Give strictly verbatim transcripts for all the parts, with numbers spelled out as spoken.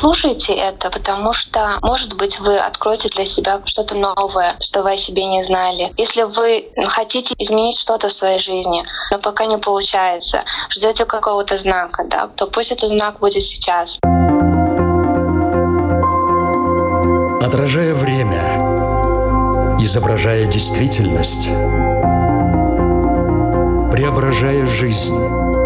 Послушайте это, потому что, может быть, вы откроете для себя что-то новое, что вы о себе не знали. Если вы хотите изменить что-то в своей жизни, но пока не получается, ждете какого-то знака, да, то пусть этот знак будет сейчас. Отражая время, изображая действительность, преображая жизнь.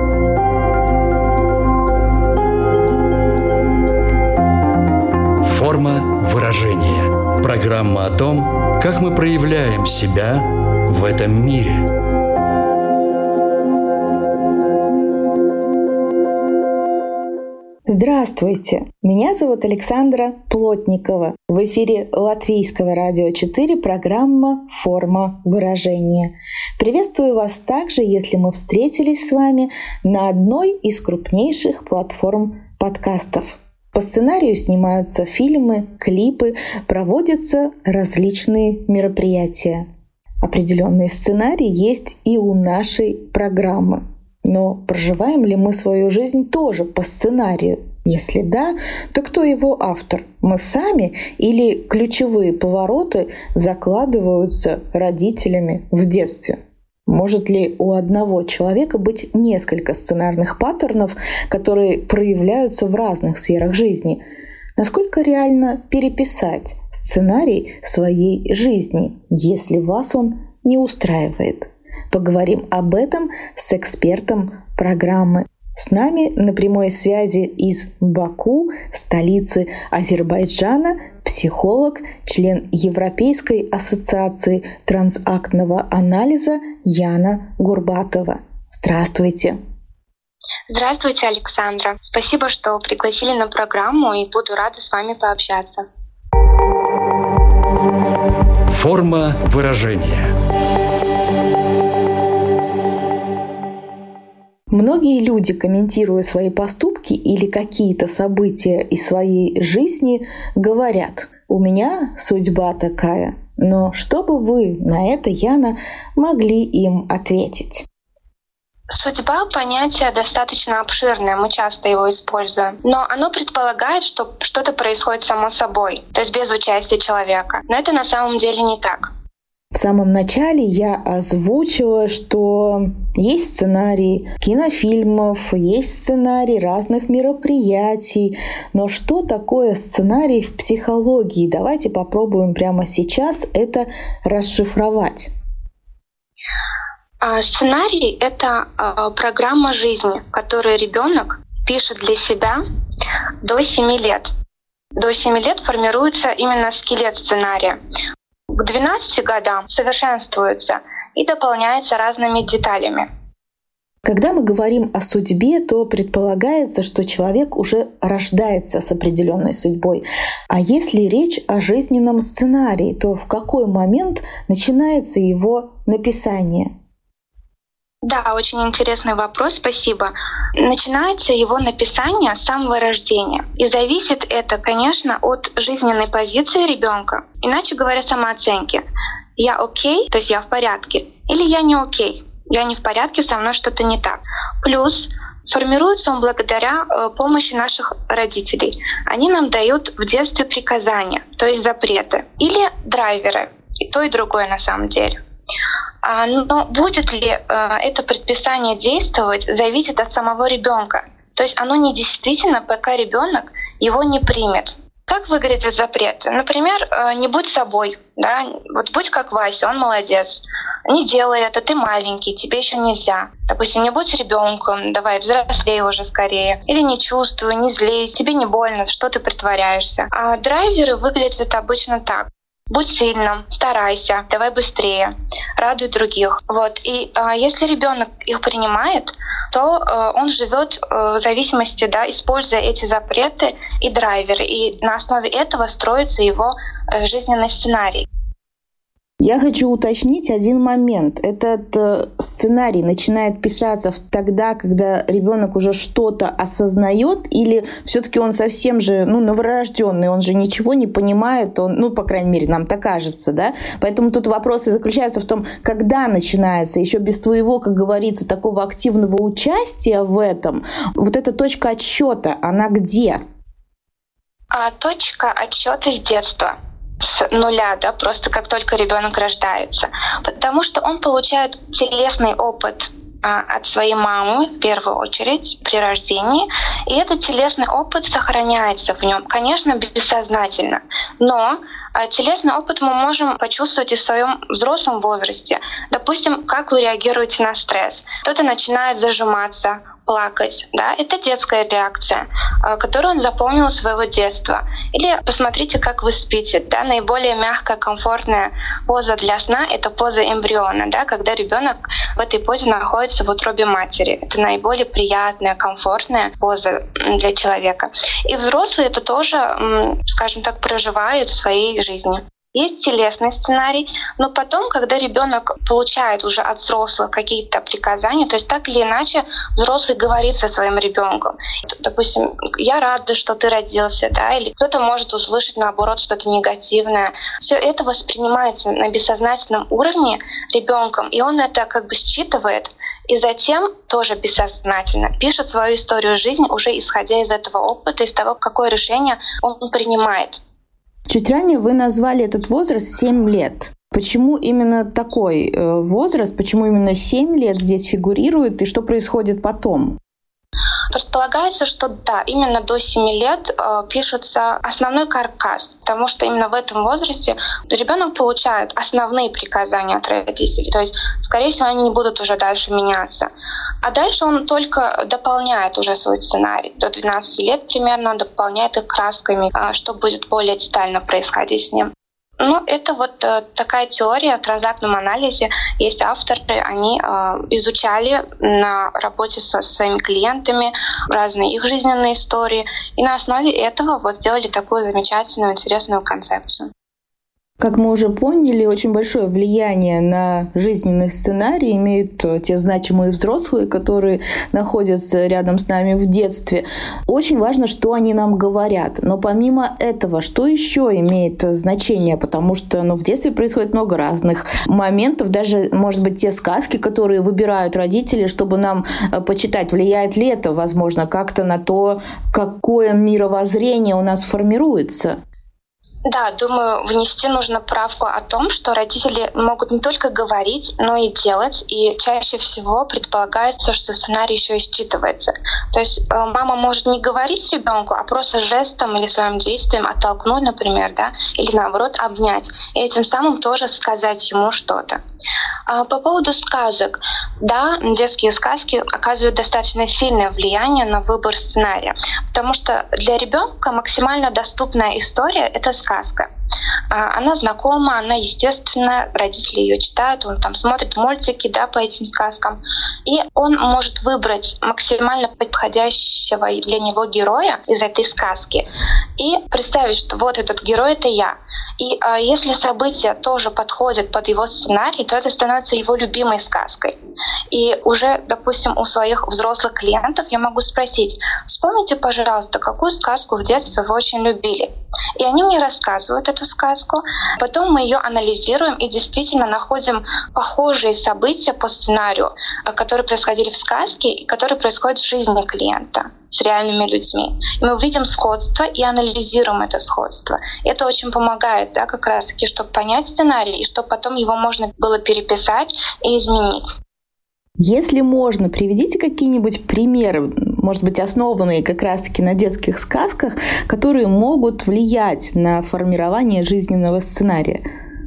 Форма выражения. Программа о том, как мы проявляем себя в этом мире. Здравствуйте! Меня зовут Александра Плотникова. В эфире Латвийского радио четыре программа «Форма выражения». Приветствую вас также, если мы встретились с вами на одной из крупнейших платформ подкастов. По сценарию снимаются фильмы, клипы, проводятся различные мероприятия. Определенный сценарий есть и у нашей программы. Но проживаем ли мы свою жизнь тоже по сценарию? Если да, то кто его автор? Мы сами или ключевые повороты закладываются родителями в детстве? Может ли у одного человека быть несколько сценарных паттернов, которые проявляются в разных сферах жизни? Насколько реально переписать сценарий своей жизни, если вас он не устраивает? Поговорим об этом с экспертом программы. С нами на прямой связи из Баку, столицы Азербайджана, психолог, член Европейской ассоциации трансактного анализа Яна Гурбатова. Здравствуйте. Здравствуйте, Александра. Спасибо, что пригласили на программу, и буду рада с вами пообщаться. Форма выражения. Многие люди, комментируя свои поступки или какие-то события из своей жизни, говорят: «У меня судьба такая». Но что бы вы на это, Яна, могли им ответить? Судьба — понятие достаточно обширное, мы часто его используем. Но оно предполагает, что что-то происходит само собой, то есть без участия человека. Но это на самом деле не так. В самом начале я озвучила, что есть сценарий кинофильмов, есть сценарий разных мероприятий. Но что такое сценарий в психологии? Давайте попробуем прямо сейчас это расшифровать. Сценарий — это программа жизни, которую ребенок пишет для себя до семи лет. До семи лет формируется именно скелет сценария. К двенадцати годам совершенствуется и дополняется разными деталями. Когда мы говорим о судьбе, то предполагается, что человек уже рождается с определенной судьбой. А если речь о жизненном сценарии, то в какой момент начинается его написание? Да, очень интересный вопрос, спасибо. Начинается его написание с самого рождения. И зависит это, конечно, от жизненной позиции ребенка. Иначе говоря, самооценки. Я окей, то есть я в порядке, или я не окей, я не в порядке, со мной что-то не так. Плюс формируется он благодаря э, помощи наших родителей. Они нам дают в детстве приказания, то есть запреты, или драйверы, и то, и другое на самом деле. Но будет ли это предписание действовать, зависит от самого ребенка. То есть оно не действительно, пока ребенок его не примет. Как выглядят запреты? Например, не будь собой, да? Вот будь как Вася, он молодец. Не делай это, ты маленький, тебе еще нельзя. Допустим, не будь ребенком, давай взрослей уже скорее. Или не чувствуй, не злись, тебе не больно, что ты притворяешься. А драйверы выглядят обычно так. Будь сильным, старайся, давай быстрее, радуй других. Вот. И э, если ребенок их принимает, то э, он живет э, в зависимости, да, используя эти запреты и драйверы. И на основе этого строится его э, жизненный сценарий. Я хочу уточнить один момент. Этот э, сценарий начинает писаться тогда, когда ребенок уже что-то осознает, или все-таки он совсем же, ну, новорожденный, он же ничего не понимает, он, ну, по крайней мере, нам так кажется, да? Поэтому тут вопрос и заключается в том, когда начинается, еще без твоего, как говорится, такого активного участия в этом, вот эта точка отсчета, она где? А точка отсчета с детства, с нуля, да, просто как только ребенок рождается, потому что он получает телесный опыт от своей мамы в первую очередь при рождении, и этот телесный опыт сохраняется в нем, конечно, бессознательно, но телесный опыт мы можем почувствовать и в своем взрослом возрасте. Допустим, как вы реагируете на стресс. Кто-то начинает зажиматься, плакать, да, это детская реакция, которую он запомнил из своего детства. Или посмотрите, как вы спите, да, наиболее мягкая, комфортная поза для сна — это поза эмбриона, да, когда ребенок в этой позе находится в утробе матери. Это наиболее приятная, комфортная поза для человека. И взрослые это тоже, скажем так, проживают в своей жизни. Есть телесный сценарий, но потом, когда ребенок получает уже от взрослых какие-то приказания, то есть так или иначе взрослый говорит со своим ребенком. Допустим, я рада, что ты родился, да, или кто-то может услышать наоборот что-то негативное. Все это воспринимается на бессознательном уровне ребенком, и он это как бы считывает, и затем тоже бессознательно пишет свою историю жизни, уже исходя из этого опыта, из того, какое решение он принимает. Чуть ранее вы назвали этот возраст семь лет. Почему именно такой возраст, почему именно семь лет здесь фигурирует и что происходит потом? Предполагается, что да, именно до семи лет э, пишется основной каркас, потому что именно в этом возрасте ребенок получает основные приказания от родителей. То есть, скорее всего, они не будут уже дальше меняться. А дальше он только дополняет уже свой сценарий. До двенадцати лет примерно он дополняет их красками, э, что будет более детально происходить с ним. Ну, это вот э, такая теория в транзактном анализе. Есть авторы, они э, изучали на работе со своими клиентами разные их жизненные истории, и на основе этого вот сделали такую замечательную, интересную концепцию. Как мы уже поняли, очень большое влияние на жизненный сценарий имеют те значимые взрослые, которые находятся рядом с нами в детстве. Очень важно, что они нам говорят. Но помимо этого, что еще имеет значение? Потому что ну, в детстве происходит много разных моментов. Даже, может быть, те сказки, которые выбирают родители, чтобы нам почитать. Влияет ли это, возможно, как-то на то, какое мировоззрение у нас формируется? Да, думаю, внести нужно правку о том, что родители могут не только говорить, но и делать, и чаще всего предполагается, что сценарий еще и считывается. То есть э, мама может не говорить ребенку, а просто жестом или своим действием оттолкнуть, например, да, или наоборот обнять, и этим самым тоже сказать ему что-то. А по поводу сказок, да, детские сказки оказывают достаточно сильное влияние на выбор сценария, потому что для ребенка максимально доступная история — это сказка. Сказка. Она знакома, она естественная, родители ее читают, он там смотрит мультики, да, по этим сказкам, и он может выбрать максимально подходящего для него героя из этой сказки и представить, что вот этот герой — это я. И а, если события тоже подходят под его сценарий, то это становится его любимой сказкой. И уже, допустим, у своих взрослых клиентов я могу спросить: вспомните, пожалуйста, какую сказку в детстве вы очень любили. И они мне рассказывают эту сказку, потом мы ее анализируем и действительно находим похожие события по сценарию, которые происходили в сказке и которые происходят в жизни клиента с реальными людьми. И мы увидим сходство и анализируем это сходство. И это очень помогает, да, как раз-таки, чтобы понять сценарий, и чтобы потом его можно было переписать и изменить. Если можно, приведите какие-нибудь примеры, может быть, основанные как раз-таки на детских сказках, которые могут влиять на формирование жизненного сценария.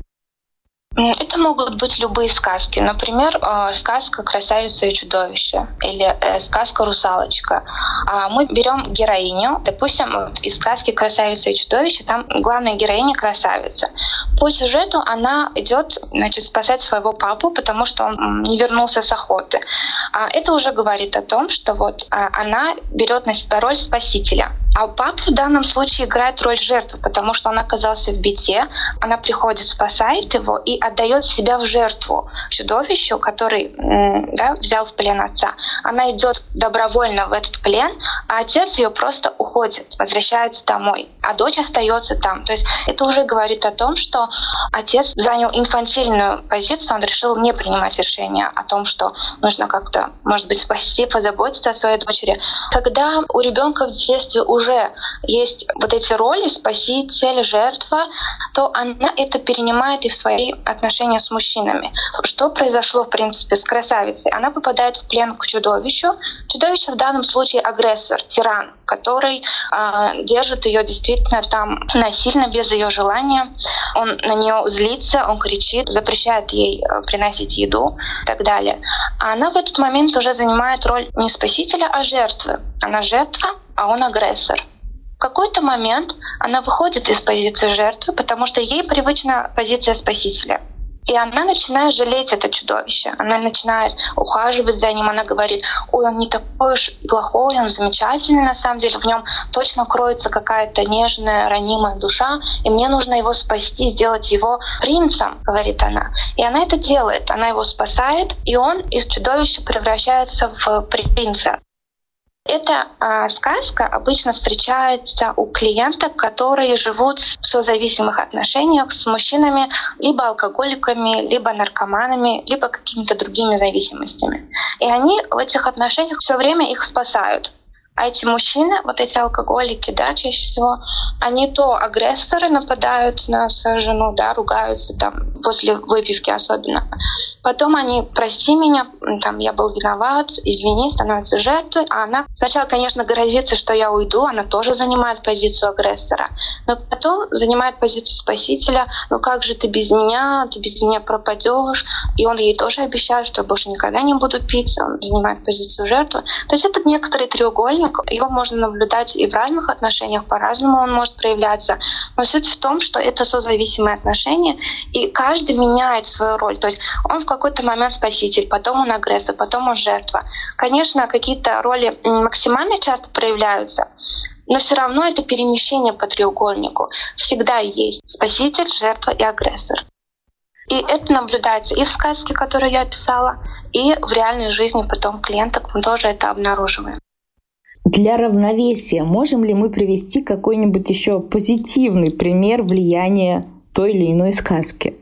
Это могут быть любые сказки. Например, сказка «Красавица и чудовище» или сказка «Русалочка». Мы берем героиню, допустим, из сказки «Красавица и чудовище», там главная героиня — красавица. По сюжету она идет, значит, спасать своего папу, потому что он не вернулся с охоты. Это уже говорит о том, что вот она берет на себя роль спасителя. А папа в данном случае играет роль жертвы, потому что он оказался в беде, она приходит, спасает его и отдает себя в жертву чудовищу, который, да, взял в плен отца. Она идет добровольно в этот плен, а отец ее просто уходит, возвращается домой, а дочь остается там. То есть это уже говорит о том, что отец занял инфантильную позицию, он решил не принимать решение о том, что нужно как-то, может быть, спасти, позаботиться о своей дочери. Когда у ребенка в детстве уже есть вот эти роли спаситель, жертва, то она это перенимает и в свои отношения с мужчинами. Что произошло, в принципе, с красавицей? Она попадает в плен к чудовищу. Чудовище в данном случае агрессор, тиран, который э, держит ее действительно там насильно, без ее желания. Он на нее злится, он кричит, запрещает ей э, приносить еду и так далее. А она в этот момент уже занимает роль не спасителя, а жертвы. Она жертва, а он агрессор. В какой-то момент она выходит из позиции жертвы, потому что ей привычна позиция спасителя. И она начинает жалеть это чудовище. Она начинает ухаживать за ним. Она говорит: ой, он не такой уж плохой, он замечательный на самом деле. В нем точно кроется какая-то нежная, ранимая душа. И мне нужно его спасти, сделать его принцем, говорит она. И она это делает. Она его спасает, и он из чудовища превращается в принца. Эта э, сказка обычно встречается у клиенток, которые живут в созависимых отношениях с мужчинами, либо алкоголиками, либо наркоманами, либо какими-то другими зависимостями. И они в этих отношениях все время их спасают. А эти мужчины, вот эти алкоголики, да, чаще всего, они то агрессоры, нападают на свою жену, да, ругаются там после выпивки особенно. Потом они: прости меня, там, я был виноват, извини, становятся жертвой. А она сначала, конечно, грозится, что я уйду, она тоже занимает позицию агрессора. Но потом занимает позицию спасителя: ну как же ты без меня, ты без меня пропадешь. И он ей тоже обещает, что я больше никогда не буду пить. Он занимает позицию жертвы. То есть это некоторый треугольник. Его можно наблюдать и в разных отношениях, по-разному он может проявляться. Но суть в том, что это созависимые отношения, и каждый меняет свою роль. То есть он в какой-то момент спаситель, потом он агрессор, потом он жертва. Конечно, какие-то роли максимально часто проявляются, но все равно это перемещение по треугольнику. Всегда есть спаситель, жертва и агрессор. И это наблюдается и в сказке, которую я описала, и в реальной жизни потом клиенток мы тоже это обнаруживаем. Для равновесия можем ли мы привести какой-нибудь еще позитивный пример влияния той или иной сказки?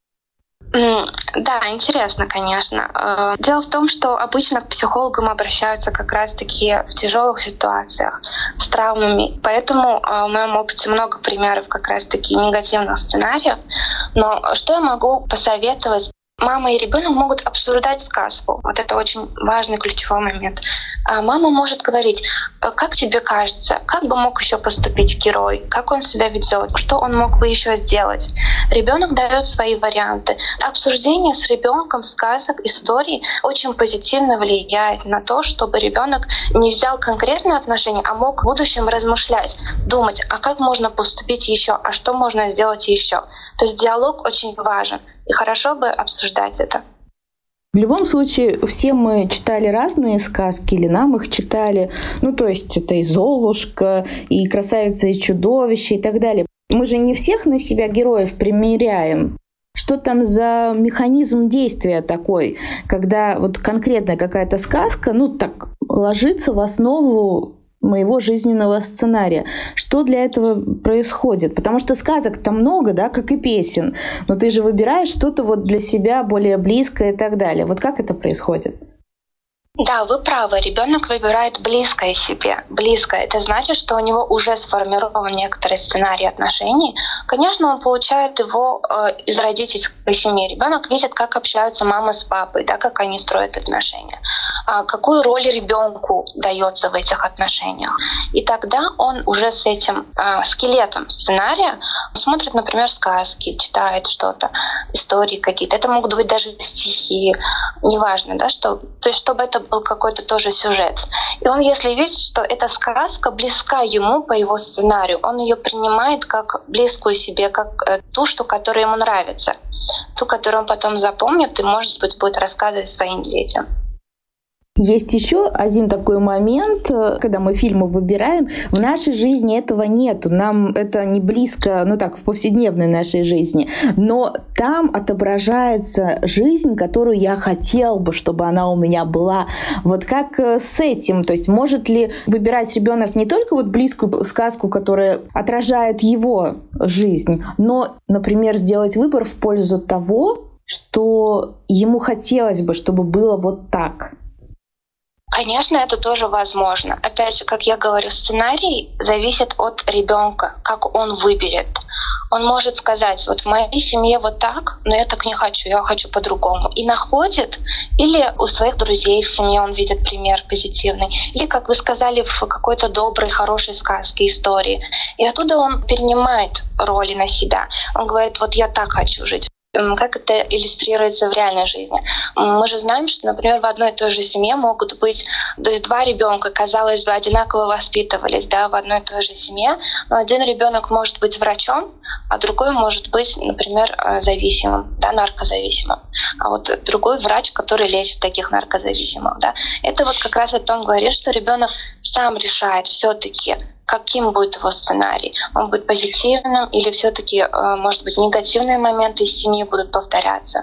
Да, интересно, конечно. Дело в том, что обычно к психологам обращаются как раз-таки в тяжелых ситуациях с травмами. Поэтому в моем опыте много примеров как раз-таки негативных сценариев. Но что я могу посоветовать? Мама и ребенок могут обсуждать сказку. Вот это очень важный ключевой момент. А мама может говорить: как тебе кажется, как бы мог еще поступить герой, как он себя ведет, что он мог бы еще сделать. Ребенок дает свои варианты. Обсуждение с ребенком сказок, историй очень позитивно влияет на то, чтобы ребенок не взял конкретные отношения, а мог в будущем размышлять, думать: а как можно поступить еще, а что можно сделать еще. То есть диалог очень важен. И хорошо бы обсуждать это. В любом случае, все мы читали разные сказки, или нам их читали. Ну, то есть это и «Золушка», и «Красавица и чудовище», и так далее. Мы же не всех на себя героев примеряем. Что там за механизм действия такой, когда вот конкретная какая-то сказка, ну, так, ложится в основу моего жизненного сценария. Что для этого происходит? Потому что сказок-то много, да, как и песен. Но ты же выбираешь что-то вот для себя более близкое и так далее. Вот как это происходит? Да, вы правы. Ребенок выбирает близкое себе. Близкое — это значит, что у него уже сформирован некоторый сценарий отношений. Конечно, он получает его э, из родительской семьи. Ребенок видит, как общаются мама с папой, да, как они строят отношения, а какую роль ребенку дается в этих отношениях. И тогда он уже с этим э, скелетом сценария смотрит, например, сказки, читает что-то, истории какие-то. Это могут быть даже стихи, неважно, да, что, то есть чтобы это был какой-то тоже сюжет. И он, если видит, что эта сказка близка ему по его сценарию, он ее принимает как близкую себе, как ту, что, которая ему нравится, ту, которую он потом запомнит и, может быть, будет рассказывать своим детям. Есть еще один такой момент, когда мы фильмы выбираем, в нашей жизни этого нету, нам это не близко, ну так, в повседневной нашей жизни, но там отображается жизнь, которую я хотел бы, чтобы она у меня была. Вот как с этим, то есть может ли выбирать ребенок не только вот близкую сказку, которая отражает его жизнь, но, например, сделать выбор в пользу того, что ему хотелось бы, чтобы было вот так? Конечно, это тоже возможно. Опять же, как я говорю, сценарий зависит от ребенка, как он выберет. Он может сказать, вот в моей семье вот так, но я так не хочу, я хочу по-другому. И находит, или у своих друзей в семье он видит пример позитивный, или, как вы сказали, в какой-то доброй, хорошей сказке, истории. И оттуда он перенимает роли на себя. Он говорит, вот я так хочу жить. Как это иллюстрируется в реальной жизни? Мы же знаем, что, например, в одной и той же семье могут быть, то есть два ребенка, казалось бы, одинаково воспитывались, да, в одной и той же семье, но один ребенок может быть врачом, а другой может быть, например, зависимым, да, наркозависимым. А вот другой врач, который лечит таких наркозависимых, да. Это вот как раз о том говорит, что ребенок сам решает все-таки, каким будет его сценарий. Он будет позитивным или все-таки, может быть, негативные моменты из семьи будут повторяться.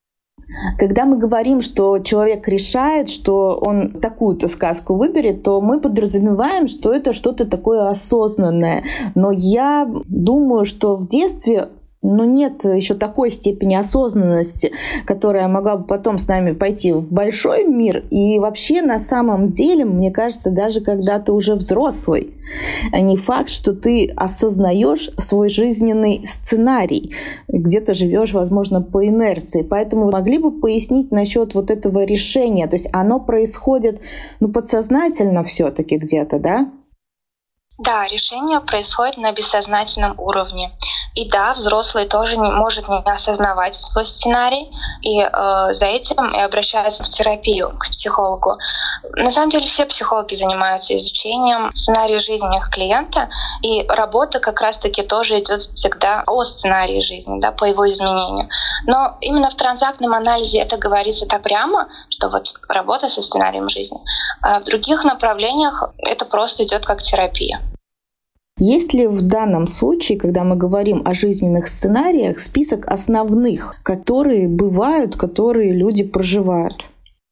Когда мы говорим, что человек решает, что он такую-то сказку выберет, то мы подразумеваем, что это что-то такое осознанное. Но я думаю, что в детстве но нет еще такой степени осознанности, которая могла бы потом с нами пойти в большой мир. И вообще, на самом деле, мне кажется, даже когда ты уже взрослый, не факт, что ты осознаешь свой жизненный сценарий. Где-то живешь, возможно, по инерции. Поэтому могли бы пояснить насчет вот этого решения. То есть оно происходит, ну, подсознательно все-таки где-то, да? Да, решение происходит на бессознательном уровне. И да, взрослый тоже не может не осознавать свой сценарий, и э, за этим и обращается в терапию к психологу. На самом деле все психологи занимаются изучением сценария жизни их клиента, и работа как раз-таки тоже идет всегда о сценарии жизни, да, по его изменению. Но именно в транзактном анализе это говорится так прямо, что вот работа со сценарием жизни. А в других направлениях это просто идет как терапия. Есть ли в данном случае, когда мы говорим о жизненных сценариях, список основных, которые бывают, которые люди проживают?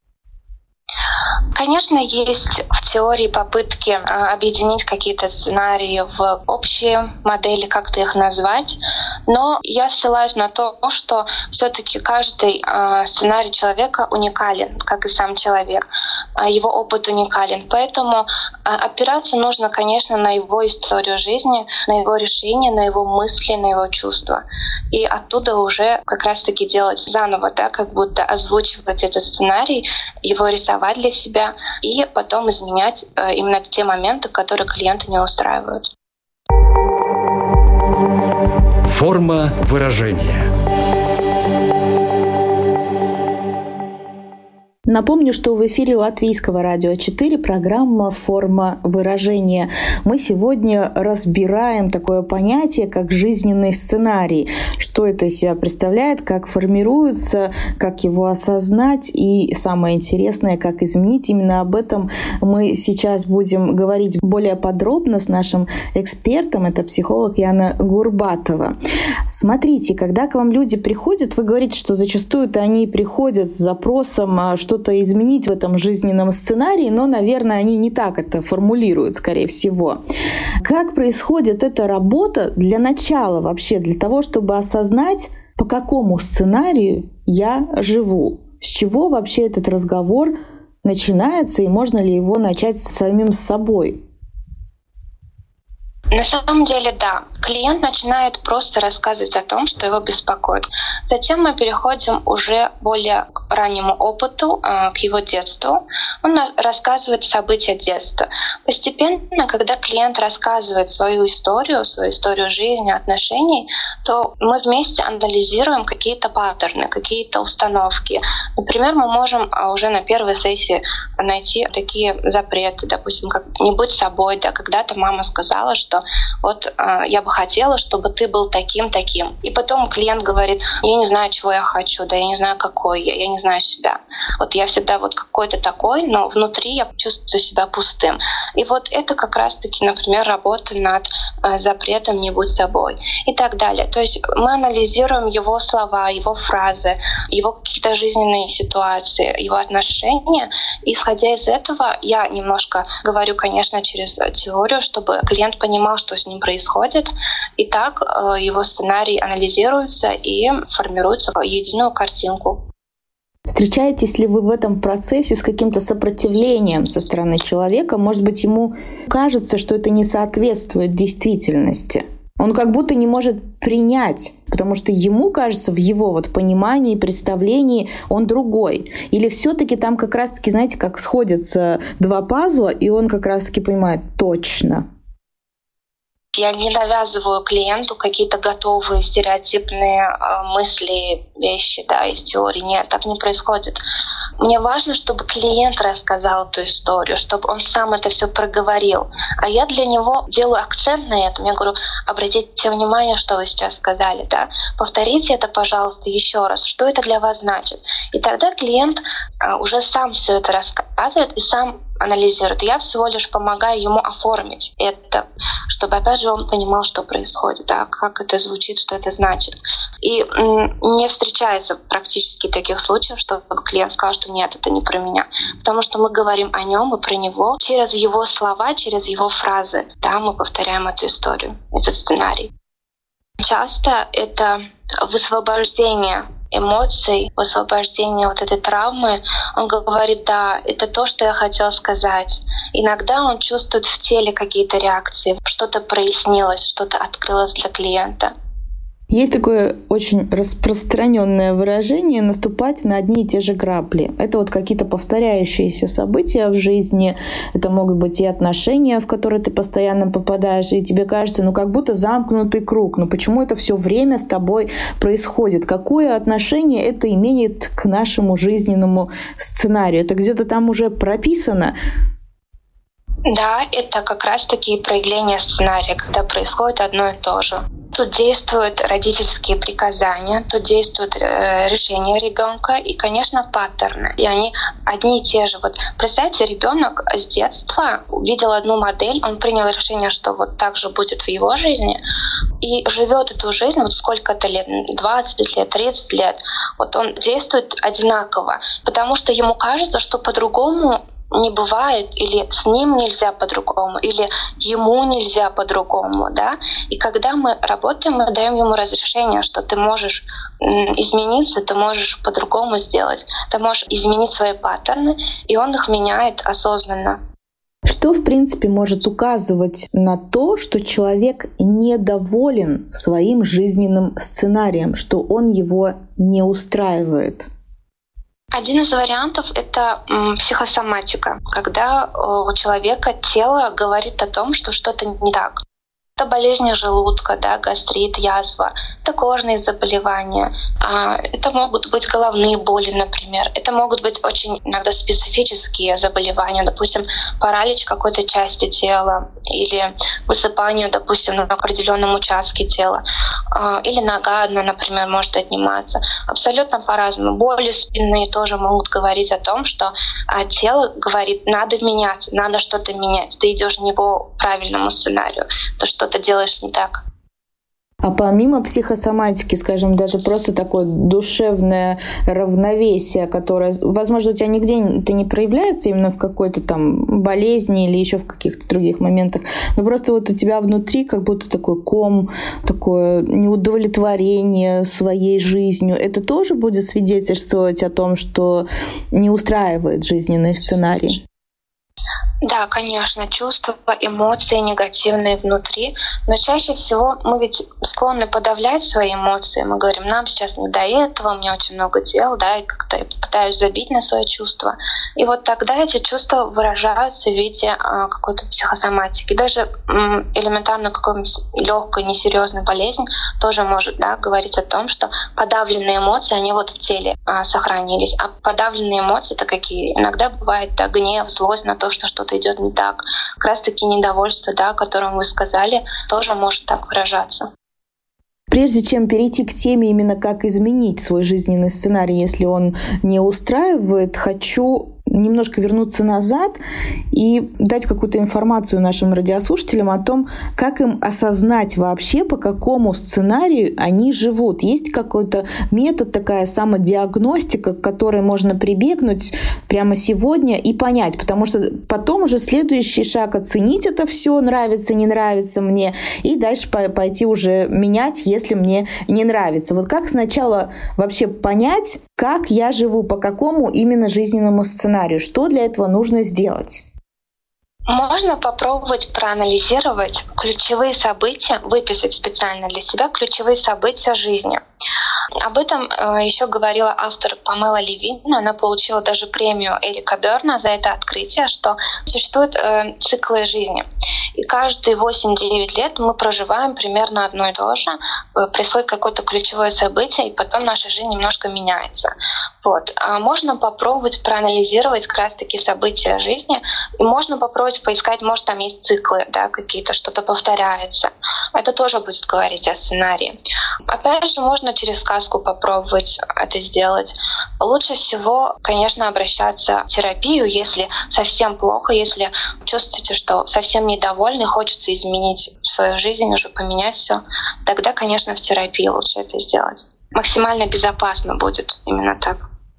Конечно, есть в теории попытки объединить какие-то сценарии в общие модели, как-то их назвать, но я ссылаюсь на то, что все-таки каждый сценарий человека уникален, как и сам человек. Его опыт уникален. Поэтому опираться нужно, конечно, на его историю жизни, на его решения, на его мысли, на его чувства. И оттуда уже как раз-таки делать заново, да, как будто озвучивать этот сценарий, его рисовать для себя и потом изменять именно те моменты, которые клиента не устраивают. Форма выражения. Напомню, что в эфире Латвийского радио четыре программа «Форма выражения». Мы сегодня разбираем такое понятие, как жизненный сценарий. Что это из себя представляет, как формируется, как его осознать и, самое интересное, как изменить. Именно об этом мы сейчас будем говорить более подробно с нашим экспертом. Это психолог Яна Гурбатова. Смотрите, когда к вам люди приходят, вы говорите, что зачастую-то они приходят с запросом что что-то изменить в этом жизненном сценарии, но, наверное, они не так это формулируют, скорее всего. Как происходит эта работа для начала вообще, для того, чтобы осознать, по какому сценарию я живу? С чего вообще этот разговор начинается и можно ли его начать с самим собой? На самом деле, да. Клиент начинает просто рассказывать о том, что его беспокоит. Затем мы переходим уже более к раннему опыту, к его детству. Он рассказывает события детства. Постепенно, когда клиент рассказывает свою историю, свою историю жизни, отношений, то мы вместе анализируем какие-то паттерны, какие-то установки. Например, мы можем уже на первой сессии найти такие запреты, допустим, как «не будь собой», да, когда-то мама сказала, что вот э, я бы хотела, чтобы ты был таким-таким. И потом клиент говорит, я не знаю, чего я хочу, да, я не знаю, какой я, я не знаю себя. Вот я всегда вот какой-то такой, но внутри я чувствую себя пустым. И вот это как раз-таки, например, работа над э, запретом «не будь собой» и так далее. То есть мы анализируем его слова, его фразы, его какие-то жизненные ситуации, его отношения. И, исходя из этого, я немножко говорю, конечно, через теорию, чтобы клиент понимал, что с ним происходит. И так э, его сценарий анализируется и формируется в единую картинку. Встречаетесь ли вы в этом процессе с каким-то сопротивлением со стороны человека? Может быть, ему кажется, что это не соответствует действительности? Он как будто не может принять, потому что ему кажется, в его вот понимании, представлении он другой. Или все-таки там как раз-таки, знаете, как сходятся два пазла, и он как раз-таки понимает точно. Я не навязываю клиенту какие-то готовые стереотипные э, мысли, вещи, да, из теории. Нет, так не происходит. Мне важно, чтобы клиент рассказал эту историю, чтобы он сам это все проговорил. А я для него делаю акцент на этом. Я говорю, обратите внимание, что вы сейчас сказали, да? Повторите это, пожалуйста, еще раз. Что это для вас значит? И тогда клиент э, уже сам все это рассказывает и сам анализирует. Я всего лишь помогаю ему оформить это, чтобы, опять же, он понимал, что происходит, да, как это звучит, что это значит. И м- не встречается практически таких случаев, чтобы клиент сказал, что нет, это не про меня. Потому что мы говорим о нем и про него через его слова, через его фразы. Да, мы повторяем эту историю, этот сценарий. Часто это высвобождение эмоций, высвобождение вот этой травмы. Он говорит, да, это то, что я хотел сказать. Иногда он чувствует в теле какие-то реакции, что-то прояснилось, что-то открылось для клиента. Есть такое очень распространенное выражение «наступать на одни и те же грабли». Это вот какие-то повторяющиеся события в жизни. Это могут быть и отношения, в которые ты постоянно попадаешь, и тебе кажется, ну как будто замкнутый круг. Ну почему это все время с тобой происходит? Какое отношение это имеет к нашему жизненному сценарию? Это где-то там уже прописано? Да, это как раз-таки проявление сценария, когда происходит одно и то же. Тут действуют родительские приказания, тут действуют э, решения ребенка и, конечно, паттерны. И они одни и те же. Вот представьте, ребенок с детства увидел одну модель, он принял решение, что вот так же будет в его жизни, и живет эту жизнь вот сколько-то лет, двадцать лет, тридцать лет. Вот он действует одинаково, потому что ему кажется, что по-другому не бывает, или с ним нельзя по-другому, или ему нельзя по-другому, да. И когда мы работаем, мы даем ему разрешение, что ты можешь измениться, ты можешь по-другому сделать, ты можешь изменить свои паттерны, и он их меняет осознанно. Что, в принципе, может указывать на то, что человек недоволен своим жизненным сценарием, что он его не устраивает? Один из вариантов — это м, психосоматика, когда э, у человека тело говорит о том, что что-то не так. Это болезни желудка, да, гастрит, язва, это кожные заболевания, а, это могут быть головные боли, например. Это могут быть очень иногда специфические заболевания, допустим, паралич какой-то части тела или высыпание, допустим, на определенном участке тела, а, или нога одна, например, может отниматься. Абсолютно по-разному. Боли спинные тоже могут говорить о том, что а, тело говорит, надо меняться, надо что-то менять. Ты идешь не по правильному сценарию, то что что-то делаешь не так. А помимо психосоматики, скажем, даже просто такое душевное равновесие, которое, возможно, у тебя нигде это не проявляется именно в какой-то там болезни или еще в каких-то других моментах, но просто вот у тебя внутри как будто такой ком, такое неудовлетворение своей жизнью. Это тоже будет свидетельствовать о том, что не устраивает жизненный сценарий? Да, конечно, чувства, эмоции негативные внутри, но чаще всего мы ведь склонны подавлять свои эмоции. Мы говорим, нам сейчас не до этого, у меня очень много дел, да, и как-то я пытаюсь забить на свои чувства. И вот тогда эти чувства выражаются в виде а, какой-то психосоматики. Даже м, элементарно какой-нибудь легкой, несерьезной болезни тоже может, да, говорить о том, что подавленные эмоции, они вот в теле а, сохранились. А подавленные эмоции — это какие? Иногда бывает, да, гнев, злость на то, что что-то идет не так. Как раз таки недовольство, да, о котором вы сказали, тоже может так выражаться. Прежде чем перейти к теме именно как изменить свой жизненный сценарий, если он не устраивает, хочу немножко вернуться назад и дать какую-то информацию нашим радиослушателям о том, как им осознать вообще, по какому сценарию они живут. Есть какой-то метод, такая самодиагностика, к которой можно прибегнуть прямо сегодня и понять, потому что потом уже следующий шаг — оценить это все, нравится, не нравится мне, и дальше пойти уже менять, если мне не нравится. Вот как сначала вообще понять, как я живу, по какому именно жизненному сценарию? Что для этого нужно сделать? Можно попробовать проанализировать ключевые события, выписать специально для себя ключевые события жизни. Об этом э, еще говорила автор Памела Левин. Она получила даже премию Эрика Берна за это открытие, что существуют э, циклы жизни. И каждые восемь-девять лет мы проживаем примерно одно и то же. Происходит какое-то ключевое событие, и потом наша жизнь немножко меняется. Вот. А можно попробовать проанализировать как раз-таки события жизни, и можно попробовать поискать, может, там есть циклы, да, какие-то, что-то повторяется. Это тоже будет говорить о сценарии. Опять же, можно через сказку попробовать это сделать. Лучше всего, конечно, обращаться в терапию, если совсем плохо, если чувствуете, что совсем недовольны, хочется изменить свою жизнь, уже поменять все, тогда, конечно, в терапии лучше это сделать. Максимально безопасно будет именно так.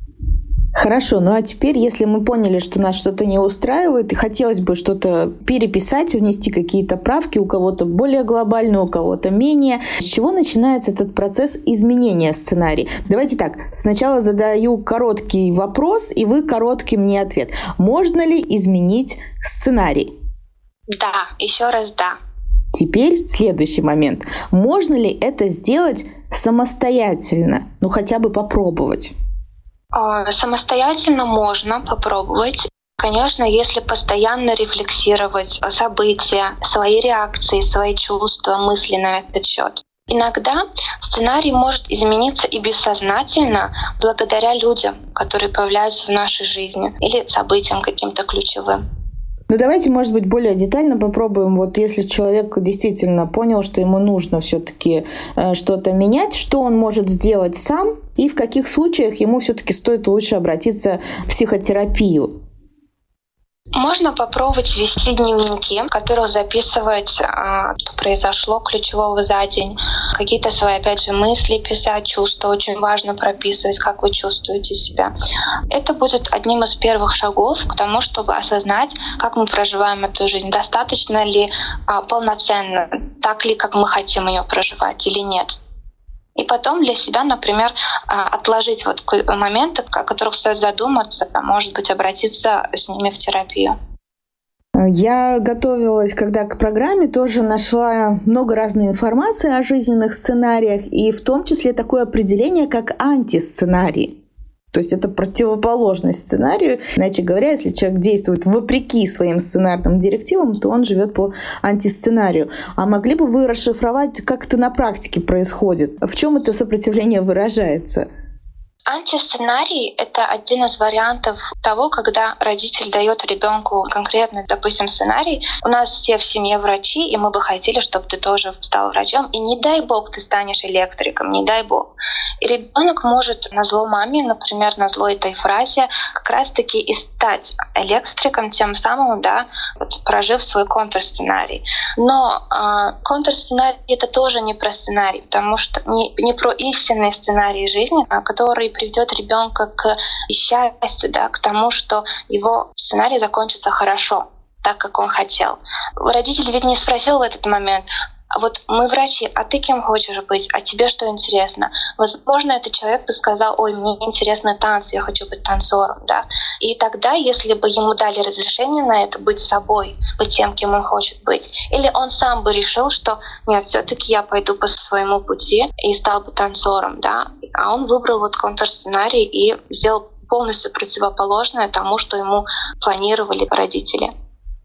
Хорошо, ну а теперь, если мы поняли, что нас что-то не устраивает, и хотелось бы что-то переписать, внести какие-то правки, у кого-то более глобальные, у кого-то менее, с чего начинается этот процесс изменения сценария? Давайте так, сначала задаю короткий вопрос, и вы короткий мне ответ. Можно ли изменить сценарий? Да, еще раз да. Теперь следующий момент. Можно ли это сделать самостоятельно? Ну, хотя бы попробовать. Самостоятельно можно попробовать. Конечно, если постоянно рефлексировать события, свои реакции, свои чувства, мысли на этот счет. Иногда сценарий может измениться и бессознательно благодаря людям, которые появляются в нашей жизни, или событиям каким-то ключевым. Ну давайте, может быть, более детально попробуем. Вот если человек действительно понял, что ему нужно все-таки что-то менять, что он может сделать сам, и в каких случаях ему все-таки стоит лучше обратиться в психотерапию? Можно попробовать вести дневники, в которых записывать, что произошло ключевого за день, какие-то свои, опять же, мысли писать, чувства. Очень важно прописывать, как вы чувствуете себя. Это будет одним из первых шагов к тому, чтобы осознать, как мы проживаем эту жизнь, достаточно ли полноценно, так ли, как мы хотим ее проживать или нет. И потом для себя, например, отложить вот моменты, о которых стоит задуматься, может быть, обратиться с ними в терапию. Я готовилась, когда к программе, тоже нашла много разной информации о жизненных сценариях, и в том числе такое определение, как антисценарий. То есть это противоположность сценарию. Иначе говоря, если человек действует вопреки своим сценарным директивам, то он живет по антисценарию. А могли бы вы расшифровать, как это на практике происходит? В чем это сопротивление выражается? Антисценарий — это один из вариантов того, когда родитель дает ребенку конкретный, допустим, сценарий. У нас все в семье врачи, и мы бы хотели, чтобы ты тоже стал врачом. И не дай бог ты станешь электриком, не дай бог. И ребенок может назло маме, например, назло этой фразе, как раз-таки и стать электриком, тем самым, да, вот, прожив свой контрсценарий. Но э, контрсценарий — это тоже не про сценарий, потому что не, не про истинный сценарий жизни, который приведет ребенка к счастью, да, к тому, что его сценарий закончится хорошо, так, как он хотел. Родитель ведь не спросил в этот момент: вот мы врачи, а ты кем хочешь быть? А тебе что интересно? Возможно, этот человек бы сказал: ой, мне интересны танцы, я хочу быть танцором, да. И тогда, если бы ему дали разрешение на это, быть собой, быть тем, кем он хочет быть, или он сам бы решил, что нет, все-таки я пойду по своему пути и стал бы танцором, да. А он выбрал вот контрсценарий и сделал полностью противоположное тому, что ему планировали родители.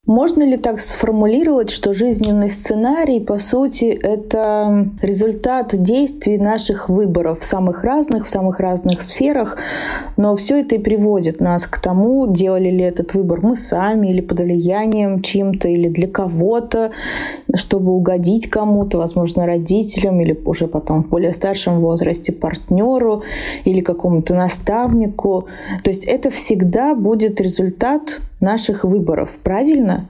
Можно ли так сформулировать, что жизненный сценарий, по сути, это результат действий наших выборов в самых разных, в самых разных сферах, но все это и приводит нас к тому, делали ли этот выбор мы сами или под влиянием чьим-то, или для кого-то, чтобы угодить кому-то, возможно, родителям, или уже потом в более старшем возрасте партнеру или какому-то наставнику. То есть это всегда будет результат наших выборов, правильно?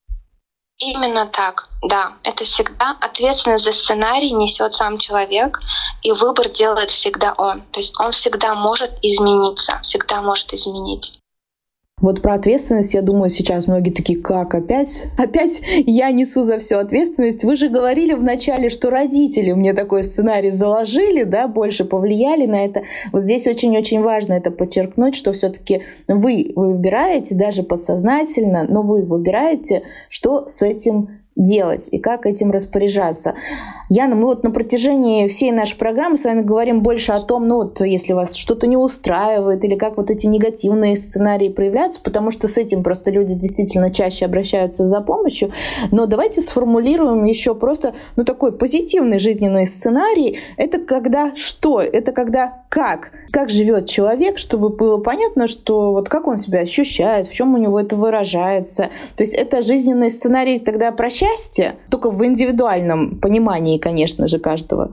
Именно так, да. Это всегда ответственность за сценарий несет сам человек, и выбор делает всегда он. То есть он всегда может измениться, всегда может изменить. Вот про ответственность, я думаю, сейчас многие такие, как опять? Опять я несу за всю ответственность. Вы же говорили вначале, что родители мне такой сценарий заложили, да, больше повлияли на это. Вот здесь очень-очень важно это подчеркнуть, что все-таки вы выбираете, даже подсознательно, но вы выбираете, что с этим делать и как этим распоряжаться. Яна, мы вот на протяжении всей нашей программы с вами говорим больше о том, ну вот если вас что-то не устраивает или как вот эти негативные сценарии проявляются, потому что с этим просто люди действительно чаще обращаются за помощью. Но давайте сформулируем еще просто, ну, такой позитивный жизненный сценарий. Это когда что? Это когда как? Как живет человек, чтобы было понятно, что вот как он себя ощущает, в чем у него это выражается. То есть это жизненный сценарий тогда про счастье, только в индивидуальном понимании, конечно же, каждого.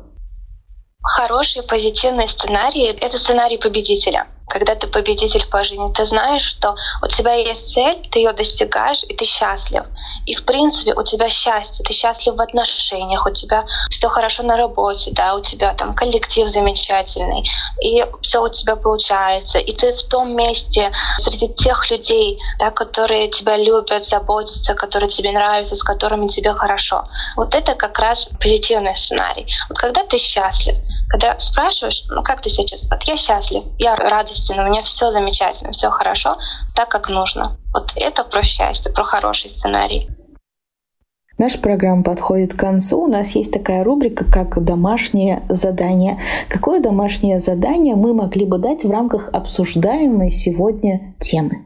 Хороший позитивный сценарий — это сценарий победителя. Когда ты победитель по жизни, ты знаешь, что у тебя есть цель, ты ее достигаешь, и ты счастлив. И в принципе у тебя счастье, ты счастлив в отношениях, у тебя все хорошо на работе, да, у тебя там коллектив замечательный, и все у тебя получается, и ты в том месте среди тех людей, да, которые тебя любят, заботятся, которые тебе нравятся, с которыми тебе хорошо. Вот это как раз позитивный сценарий. Вот когда ты счастлив, когда спрашиваешь, ну как ты себя чувствуешь? Вот я счастлив, я радостен, у меня все замечательно, все хорошо, так как нужно. Вот это про счастье, про хороший сценарий. Наша программа подходит к концу. У нас есть такая рубрика, как «Домашнее задание». Какое домашнее задание мы могли бы дать в рамках обсуждаемой сегодня темы?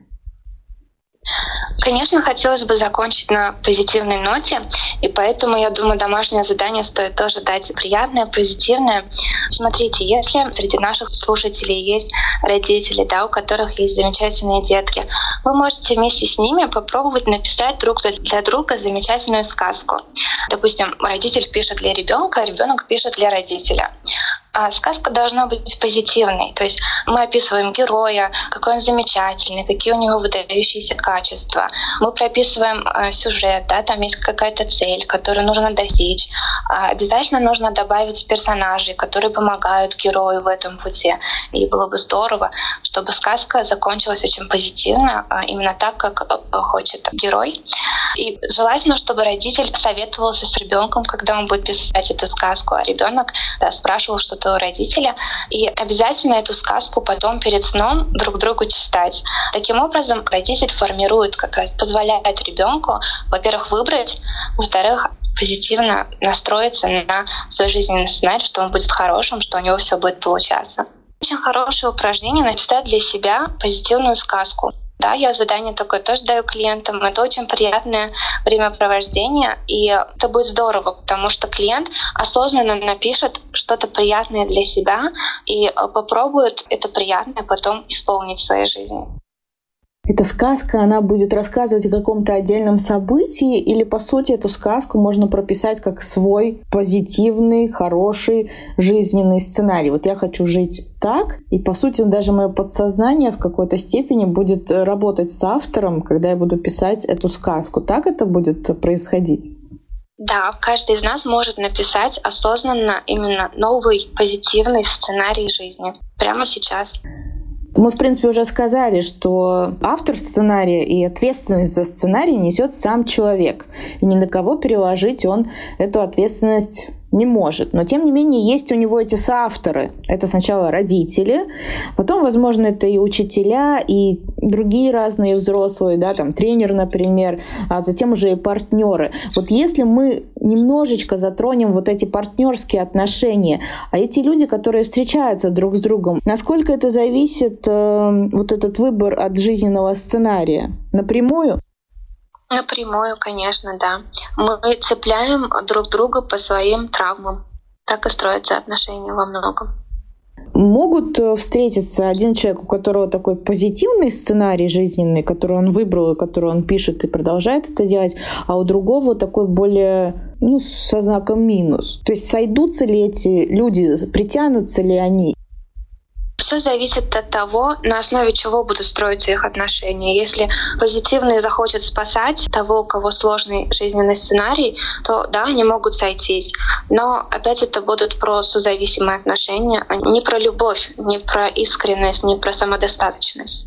Конечно, хотелось бы закончить на позитивной ноте, и поэтому, я думаю, домашнее задание стоит тоже дать приятное, позитивное. Смотрите, если среди наших слушателей есть родители, да, у которых есть замечательные детки, вы можете вместе с ними попробовать написать друг для друга замечательную сказку. Допустим, родитель пишет для ребенка, а ребенок пишет для родителя. А сказка должна быть позитивной. То есть мы описываем героя, какой он замечательный, какие у него выдающиеся качества. Мы прописываем э, сюжет, да, там есть какая-то цель, которую нужно достичь. А обязательно нужно добавить персонажей, которые помогают герою в этом пути. И было бы здорово, чтобы сказка закончилась очень позитивно, а именно так, как э, хочет герой. И желательно, чтобы родитель советовался с ребенком, когда он будет писать эту сказку, а ребенок, да, спрашивал что-то у родителя, и обязательно эту сказку потом перед сном друг другу читать. Таким образом, родитель формирует, как раз позволяет ребенку, во-первых, выбрать, во-вторых, позитивно настроиться на свой жизненный сценарий, что он будет хорошим, что у него все будет получаться. Очень хорошее упражнение — написать для себя позитивную сказку. Да, я задание такое тоже даю клиентам. Это очень приятное времяпровождение, и это будет здорово, потому что клиент осознанно напишет что-то приятное для себя и попробует это приятное потом исполнить в своей жизни. Эта сказка, она будет рассказывать о каком-то отдельном событии, или, по сути, эту сказку можно прописать как свой позитивный, хороший жизненный сценарий. Вот я хочу жить так, и, по сути, даже мое подсознание в какой-то степени будет работать с автором, когда я буду писать эту сказку. Так это будет происходить? Да, каждый из нас может написать осознанно именно новый позитивный сценарий жизни прямо сейчас. Мы, в принципе, уже сказали, что автор сценария и ответственность за сценарий несет сам человек. И ни на кого переложить он эту ответственность не может. Но, тем не менее, есть у него эти соавторы. Это сначала родители, потом, возможно, это и учителя, и другие разные взрослые, да, там, тренер, например, а затем уже и партнеры. Вот если мы немножечко затронем вот эти партнерские отношения, а эти люди, которые встречаются друг с другом, насколько это зависит, э, вот этот выбор от жизненного сценария? Напрямую? Напрямую, конечно, да. Мы цепляем друг друга по своим травмам. Так и строятся отношения во многом. Могут встретиться один человек, у которого такой позитивный сценарий жизненный, который он выбрал, и который он пишет и продолжает это делать, а у другого такой более, ну, со знаком минус. То есть сойдутся ли эти люди, притянутся ли они? Все зависит от того, на основе чего будут строиться их отношения. Если позитивный захочет спасать того, у кого сложный жизненный сценарий, то да, они могут сойтись. Но опять это будут про созависимые отношения, не про любовь, не про искренность, не про самодостаточность.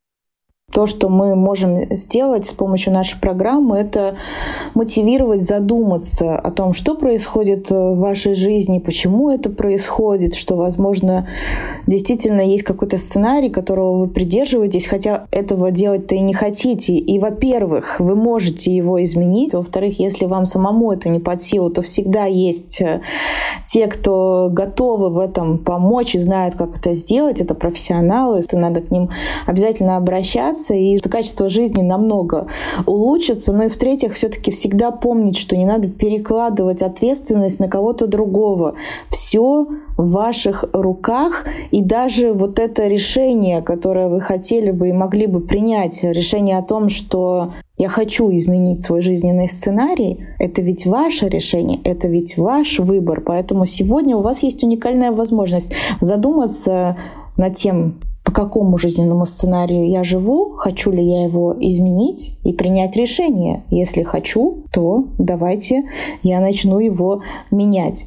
То, что мы можем сделать с помощью нашей программы, это мотивировать задуматься о том, что происходит в вашей жизни, почему это происходит, что, возможно, действительно есть какой-то сценарий, которого вы придерживаетесь, хотя этого делать-то и не хотите. И, во-первых, вы можете его изменить. Во-вторых, если вам самому это не под силу, то всегда есть те, кто готовы в этом помочь и знают, как это сделать. Это профессионалы, надо к ним обязательно обращаться, и качество жизни намного улучшится. Ну и в-третьих, все-таки всегда помнить, что не надо перекладывать ответственность на кого-то другого. Все в ваших руках, и даже вот это решение, которое вы хотели бы и могли бы принять, решение о том, что я хочу изменить свой жизненный сценарий, это ведь ваше решение, это ведь ваш выбор. Поэтому сегодня у вас есть уникальная возможность задуматься над тем, по какому жизненному сценарию я живу, хочу ли я его изменить и принять решение. Если хочу, то давайте я начну его менять.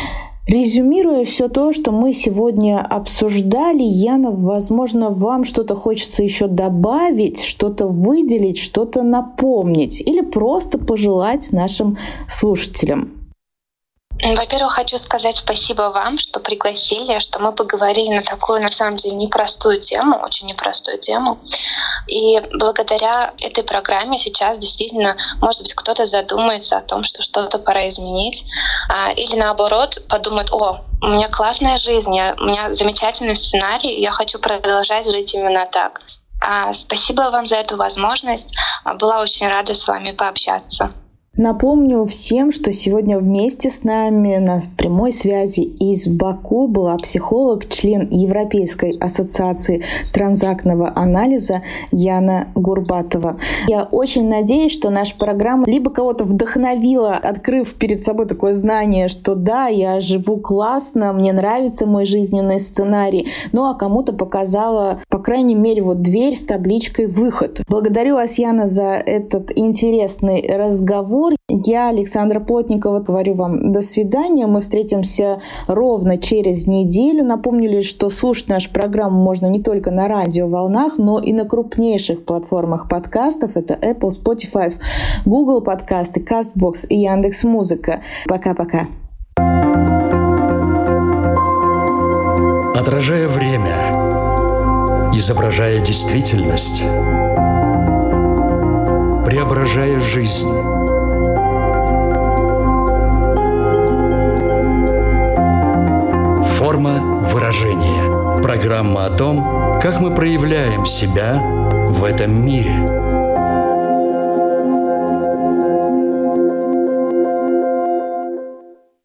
Резюмируя все то, что мы сегодня обсуждали, Яна, возможно, вам что-то хочется еще добавить, что-то выделить, что-то напомнить или просто пожелать нашим слушателям. Во-первых, хочу сказать спасибо вам, что пригласили, что мы поговорили на такую, на самом деле, непростую тему, очень непростую тему. И благодаря этой программе сейчас действительно, может быть, кто-то задумается о том, что что-то пора изменить. Или наоборот, подумает: о, у меня классная жизнь, у меня замечательный сценарий, я хочу продолжать жить именно так. Спасибо вам за эту возможность. Была очень рада с вами пообщаться. Напомню всем, что сегодня вместе с нами на прямой связи из Баку была психолог, член Европейской ассоциации транзактного анализа Яна Гурбатова. Я очень надеюсь, что наша программа либо кого-то вдохновила, открыв перед собой такое знание, что да, я живу классно, мне нравится мой жизненный сценарий, ну а кому-то показала, по крайней мере, вот дверь с табличкой «Выход». Благодарю вас, Яна, за этот интересный разговор. Я, Александра Плотникова, говорю вам до свидания. Мы встретимся ровно через неделю. Напомню лишь, что слушать нашу программу можно не только на радиоволнах, но и на крупнейших платформах подкастов. Это Apple, Spotify, Google подкасты, Castbox и Яндекс.Музыка. Пока-пока. Отражая время, изображая действительность, преображая жизнь. Форма выражения. Программа о том, как мы проявляем себя в этом мире.